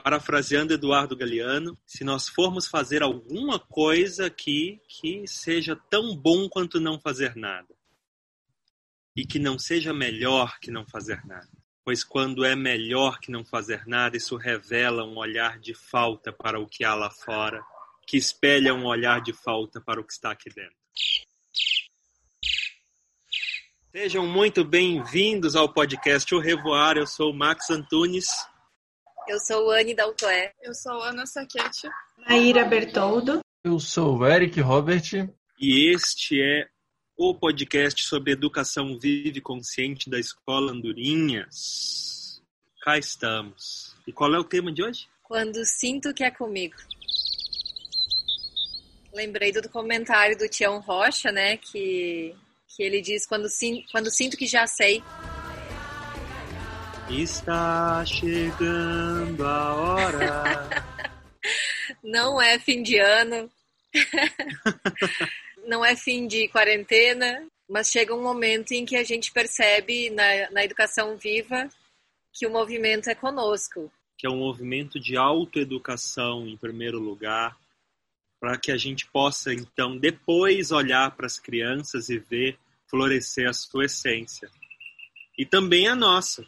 parafraseando Eduardo Galeano, se nós formos fazer alguma coisa aqui que seja tão bom quanto não fazer nada. E que não seja melhor que não fazer nada. Pois quando é melhor que não fazer nada, isso revela um olhar de falta para o que há lá fora, que espelha um olhar de falta para o que está aqui dentro. Sejam muito bem-vindos ao podcast O Revoar. Eu sou o Max Antunes. Eu sou Anne Daltoé. Eu sou Ana Saquete. Maíra Bertoldo. Eu sou o Eric Robert. E este é o podcast sobre educação viva e consciente da Escola Andorinhas. Cá estamos. E qual é o tema de hoje? Quando sinto que é comigo. Lembrei do comentário do Tião Rocha, né? Que ele diz, quando sinto que já sei. Está chegando a hora. Não é fim de ano. Não é fim de quarentena. Mas chega um momento em que a gente percebe na educação viva que o movimento é conosco. Que é um movimento de autoeducação, em primeiro lugar, para que a gente possa, então, depois olhar para as crianças e ver florescer a sua essência. E também a nossa.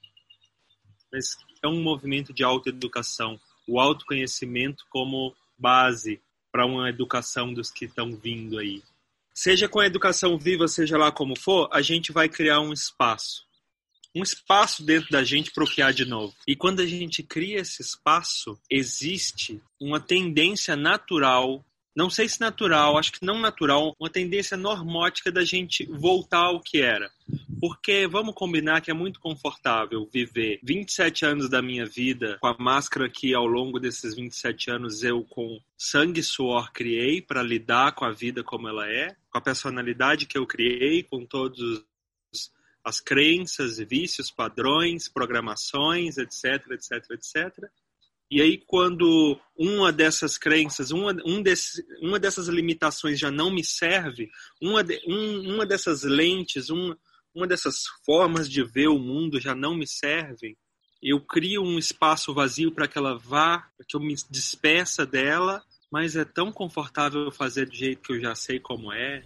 Mas é um movimento de autoeducação, o autoconhecimento como base para uma educação dos que estão vindo aí. Seja com a educação viva, seja lá como for, a gente vai criar um espaço dentro da gente para o que há de novo. E quando a gente cria esse espaço, existe uma tendência natural, não sei se natural, acho que não natural, uma tendência normótica da gente voltar ao que era. Porque vamos combinar que é muito confortável viver 27 anos da minha vida com a máscara que ao longo desses 27 anos eu com sangue e suor criei para lidar com a vida como ela é, com a personalidade que eu criei, com todos as crenças, vícios, padrões, programações, etc, etc, etc. E aí, quando uma dessas crenças, uma dessas limitações já não me serve, uma dessas lentes, uma dessas formas de ver o mundo já não me servem, eu crio um espaço vazio para que ela vá, para que eu me despeça dela, mas é tão confortável fazer do jeito que eu já sei como é.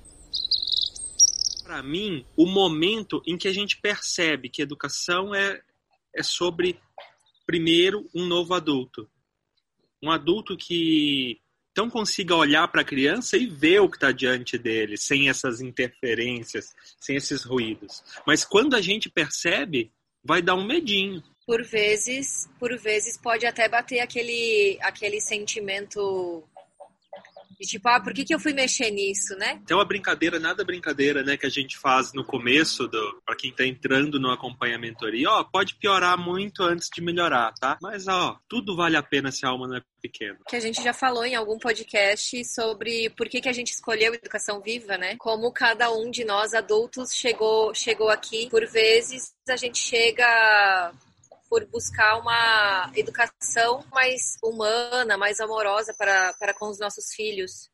Para mim, o momento em que a gente percebe que educação é sobre, primeiro, um novo adulto. Um adulto que não consiga olhar para a criança e ver o que está diante dele, sem essas interferências, sem esses ruídos. Mas quando a gente percebe, vai dar um medinho. Por vezes pode até bater aquele sentimento de tipo, por que eu fui mexer nisso, né? Tem uma brincadeira, né, que a gente faz no começo, para quem tá entrando no acompanhamento ali, pode piorar muito antes de melhorar, tá? Mas, tudo vale a pena se a alma não é pequena. Que a gente já falou em algum podcast sobre por que a gente escolheu educação viva, né? Como cada um de nós adultos chegou aqui. Por vezes a gente chega por buscar uma educação mais humana, mais amorosa para com os nossos filhos.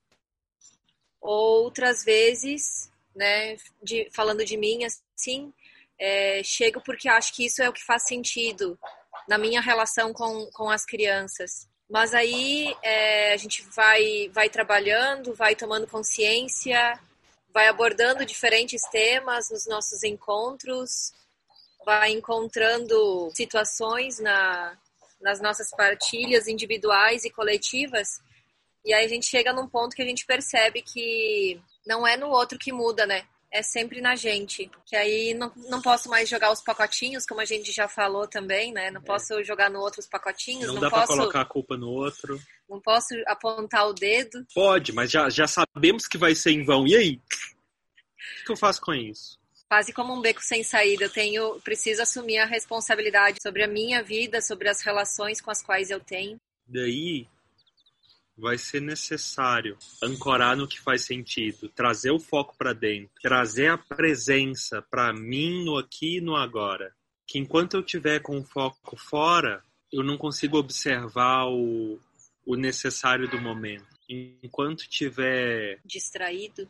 Outras vezes, né, falando de mim, assim, chego porque acho que isso é o que faz sentido na minha relação com as crianças. Mas aí a gente vai trabalhando, vai tomando consciência, vai abordando diferentes temas nos nossos encontros, vai encontrando situações nas nossas partilhas individuais e coletivas, e aí a gente chega num ponto que a gente percebe que não é no outro que muda, né? É sempre na gente. Que aí não posso mais jogar os pacotinhos, como a gente já falou também, né? Não posso jogar no outro os pacotinhos. Não dá pra colocar a culpa no outro. Não posso apontar o dedo. Pode, mas já sabemos que vai ser em vão. E aí? O que eu faço com isso? Quase como um beco sem saída. Preciso assumir a responsabilidade sobre a minha vida, sobre as relações com as quais eu tenho. Daí vai ser necessário ancorar no que faz sentido, trazer o foco para dentro, trazer a presença para mim no aqui e no agora. Que enquanto eu tiver com o foco fora, eu não consigo observar o necessário do momento. Enquanto tiver distraído,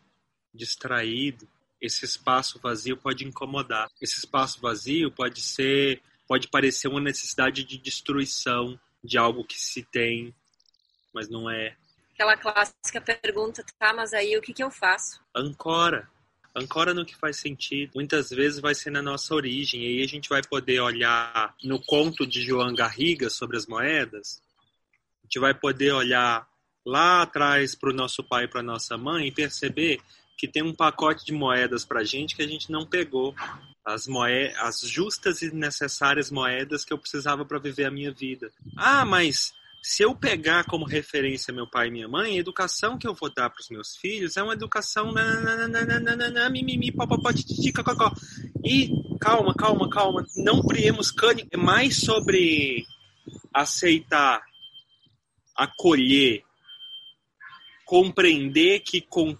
esse espaço vazio pode incomodar. Esse espaço vazio pode parecer uma necessidade de destruição, de algo que se tem, mas não é. Aquela clássica pergunta, tá, mas aí o que eu faço? Ancora no que faz sentido. Muitas vezes vai ser na nossa origem, e aí a gente vai poder olhar no conto de João Garriga sobre as moedas, a gente vai poder olhar lá atrás para o nosso pai e para nossa mãe e perceber que tem um pacote de moedas para a gente que a gente não pegou. As justas e necessárias moedas que eu precisava para viver a minha vida. Ah, mas se eu pegar como referência meu pai e minha mãe, a educação que eu vou dar para os meus filhos é uma educação mimimi, popopó, tititi, cococó. E calma, não priemos cane. É mais sobre aceitar, acolher, compreender que com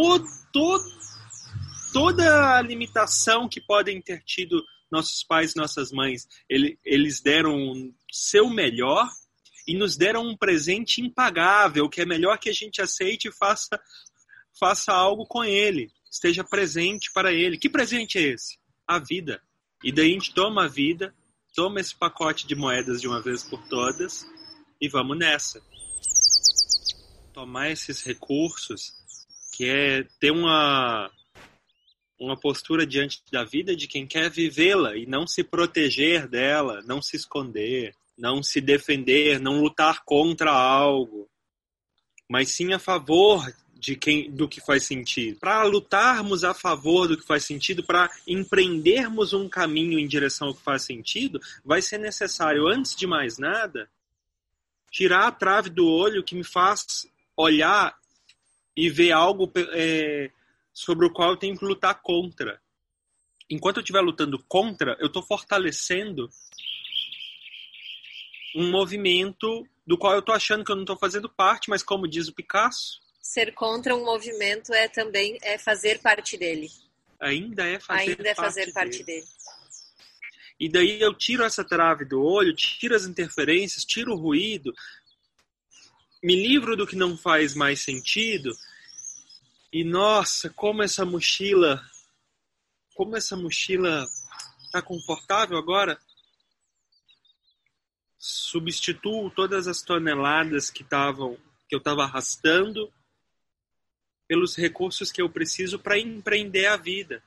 toda a limitação que podem ter tido nossos pais e nossas mães, eles deram o seu melhor e nos deram um presente impagável, que é melhor que a gente aceite e faça algo com ele, esteja presente para ele. Que presente é esse? A vida. E daí a gente toma a vida, toma esse pacote de moedas de uma vez por todas e vamos nessa. Tomar esses recursos, que é ter uma postura diante da vida de quem quer vivê-la e não se proteger dela, não se esconder, não se defender, não lutar contra algo, mas sim a favor do que faz sentido. Para lutarmos a favor do que faz sentido, para empreendermos um caminho em direção ao que faz sentido, vai ser necessário, antes de mais nada, tirar a trave do olho que me faz olhar e ver algo sobre o qual eu tenho que lutar contra. Enquanto eu estiver lutando contra, eu estou fortalecendo um movimento do qual eu estou achando que eu não estou fazendo parte, mas como diz o Picasso... Ser contra um movimento também fazer parte dele. Ainda é fazer parte dele. E daí eu tiro essa trave do olho, tiro as interferências, tiro o ruído, me livro do que não faz mais sentido. E nossa, como essa mochila tá confortável agora. Substituo todas as toneladas que eu estava arrastando pelos recursos que eu preciso para empreender a vida.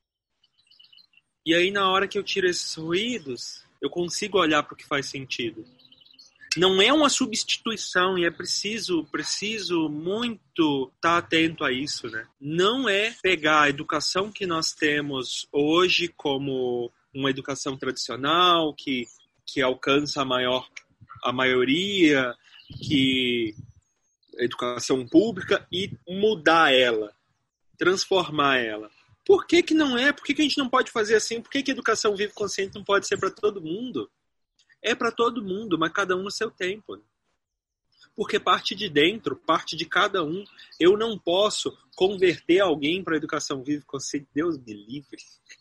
E aí, na hora que eu tiro esses ruídos, eu consigo olhar para o que faz sentido. Não é uma substituição e é preciso muito estar atento a isso, né? Não é pegar a educação que nós temos hoje como uma educação tradicional que alcança a maioria, que a educação pública, e mudar ela, transformar ela. Por que não é? Por que a gente não pode fazer assim? Por que a educação viva consciente não pode ser para todo mundo? É para todo mundo, mas cada um no seu tempo. Porque parte de dentro, parte de cada um. Eu não posso converter alguém para a educação viva consciente. Deus me livre.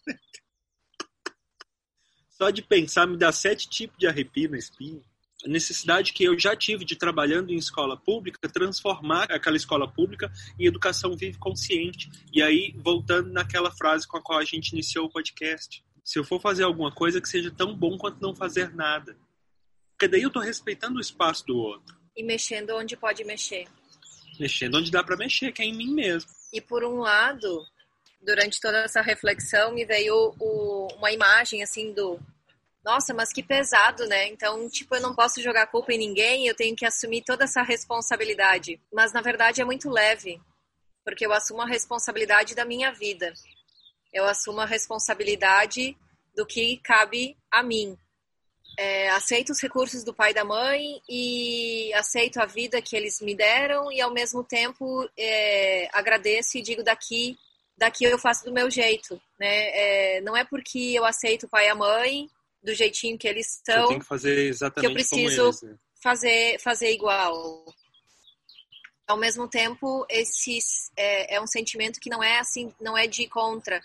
Só de pensar me dá 7 tipos de arrepio na espinha. A necessidade que eu já tive de, trabalhando em escola pública, transformar aquela escola pública em educação viva consciente. E aí, voltando naquela frase com a qual a gente iniciou o podcast. Se eu for fazer alguma coisa, que seja tão bom quanto não fazer nada. Porque daí eu estou respeitando o espaço do outro. E mexendo onde pode mexer. Mexendo onde dá para mexer, que é em mim mesmo. E por um lado, durante toda essa reflexão, me veio uma imagem assim nossa, mas que pesado, né? Então, eu não posso jogar culpa em ninguém, eu tenho que assumir toda essa responsabilidade. Mas, na verdade, é muito leve, porque eu assumo a responsabilidade da minha vida. Eu assumo a responsabilidade do que cabe a mim. Aceito os recursos do pai e da mãe e aceito a vida que eles me deram e, ao mesmo tempo, agradeço e digo daqui eu faço do meu jeito, né? Não é porque eu aceito o pai e a mãe do jeitinho que eles estão, eu tenho que fazer exatamente que eu preciso como eles, né? fazer igual. Ao mesmo tempo, é um sentimento que não é assim, não é de contra.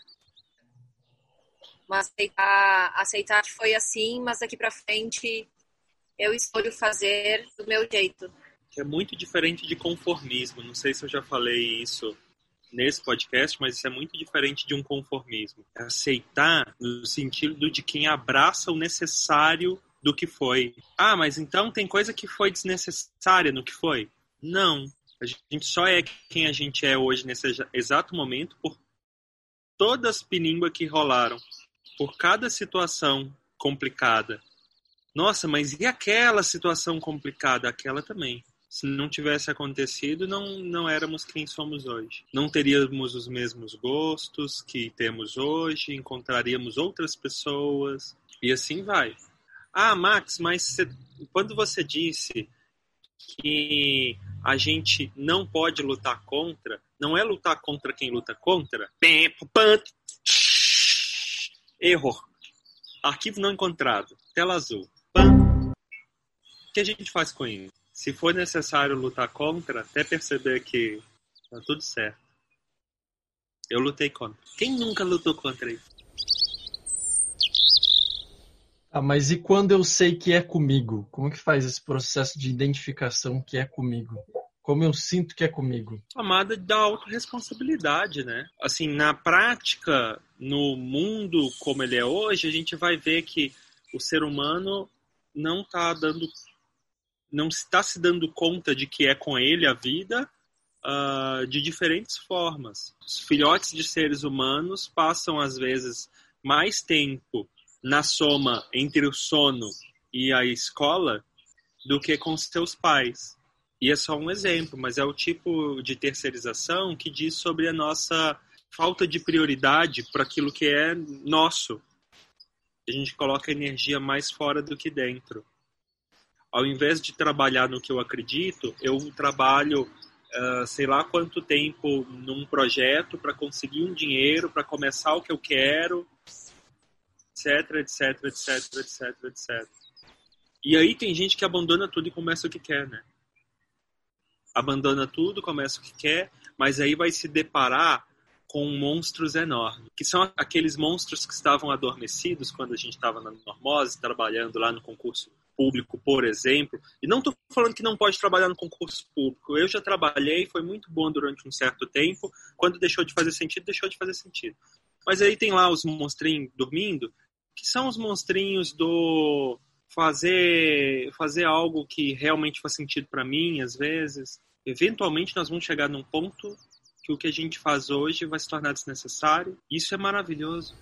Mas aceitar que foi assim, mas daqui pra frente eu escolho fazer do meu jeito. Que é muito diferente de conformismo. Não sei se eu já falei isso nesse podcast, mas isso é muito diferente de um conformismo. É aceitar no sentido de quem abraça o necessário do que foi. Ah, mas então tem coisa que foi desnecessária no que foi? Não. A gente só é quem a gente é hoje nesse exato momento por todas as pinínguas que rolaram, por cada situação complicada. Nossa, mas e aquela situação complicada? Aquela também. Se não tivesse acontecido, não éramos quem somos hoje. Não teríamos os mesmos gostos que temos hoje, encontraríamos outras pessoas e assim vai. Ah, Max, mas quando você disse que a gente não pode lutar contra, não é lutar contra quem luta contra? Erro. Arquivo não encontrado. Tela azul. O que a gente faz com isso? Se for necessário lutar contra, até perceber que tá tudo certo. Eu lutei contra. Quem nunca lutou contra isso? Ah, mas e quando eu sei que é comigo? Como que faz esse processo de identificação que é comigo? Como eu sinto que é comigo? Chamada da autorresponsabilidade, né? Assim, na prática, no mundo como ele é hoje, a gente vai ver que o ser humano não está se dando conta de que é com ele a vida de diferentes formas. Os filhotes de seres humanos passam, às vezes, mais tempo na soma entre o sono e a escola do que com seus pais. E é só um exemplo, mas é o tipo de terceirização que diz sobre a nossa falta de prioridade para aquilo que é nosso. A gente coloca a energia mais fora do que dentro. Ao invés de trabalhar no que eu acredito, eu trabalho sei lá quanto tempo num projeto para conseguir um dinheiro, para começar o que eu quero, etc, etc, etc, etc, etc. E aí tem gente que abandona tudo e começa o que quer, né? Abandona tudo, começa o que quer, mas aí vai se deparar com monstros enormes, que são aqueles monstros que estavam adormecidos quando a gente estava na normose, trabalhando lá no concurso público, por exemplo. E não estou falando que não pode trabalhar no concurso público. Eu já trabalhei, foi muito bom durante um certo tempo. Quando deixou de fazer sentido, deixou de fazer sentido. Mas aí tem lá os monstrinhos dormindo, que são os monstrinhos do fazer algo que realmente faz sentido para mim, às vezes. Eventualmente nós vamos chegar num ponto que o que a gente faz hoje vai se tornar desnecessário. Isso é maravilhoso.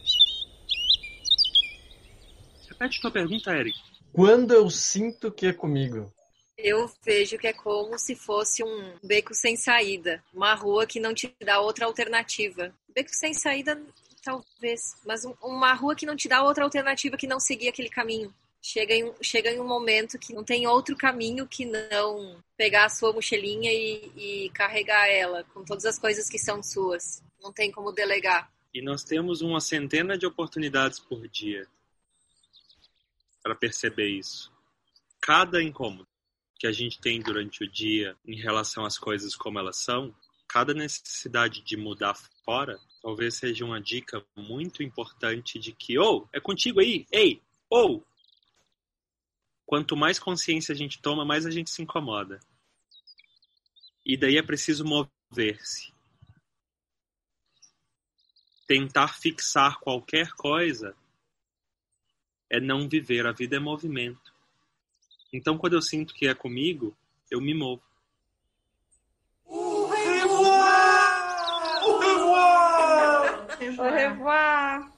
Repete tua pergunta, Eric. Quando eu sinto que é comigo? Eu vejo que é como se fosse um beco sem saída. Uma rua que não te dá outra alternativa. Beco sem saída, talvez. Mas uma rua que não te dá outra alternativa que não seguir aquele caminho. Chega em um momento que não tem outro caminho que não pegar a sua mochilinha e carregar ela com todas as coisas que são suas. Não tem como delegar. E nós temos uma centena de oportunidades por dia para perceber isso. Cada incômodo que a gente tem durante o dia em relação às coisas como elas são, cada necessidade de mudar fora, talvez seja uma dica muito importante de que, é contigo aí, ei, quanto mais consciência a gente toma, mais a gente se incomoda. E daí é preciso mover-se. Tentar fixar qualquer coisa é não viver. A vida é movimento. Então, quando eu sinto que é comigo, eu me movo. Au revoir! Au revoir!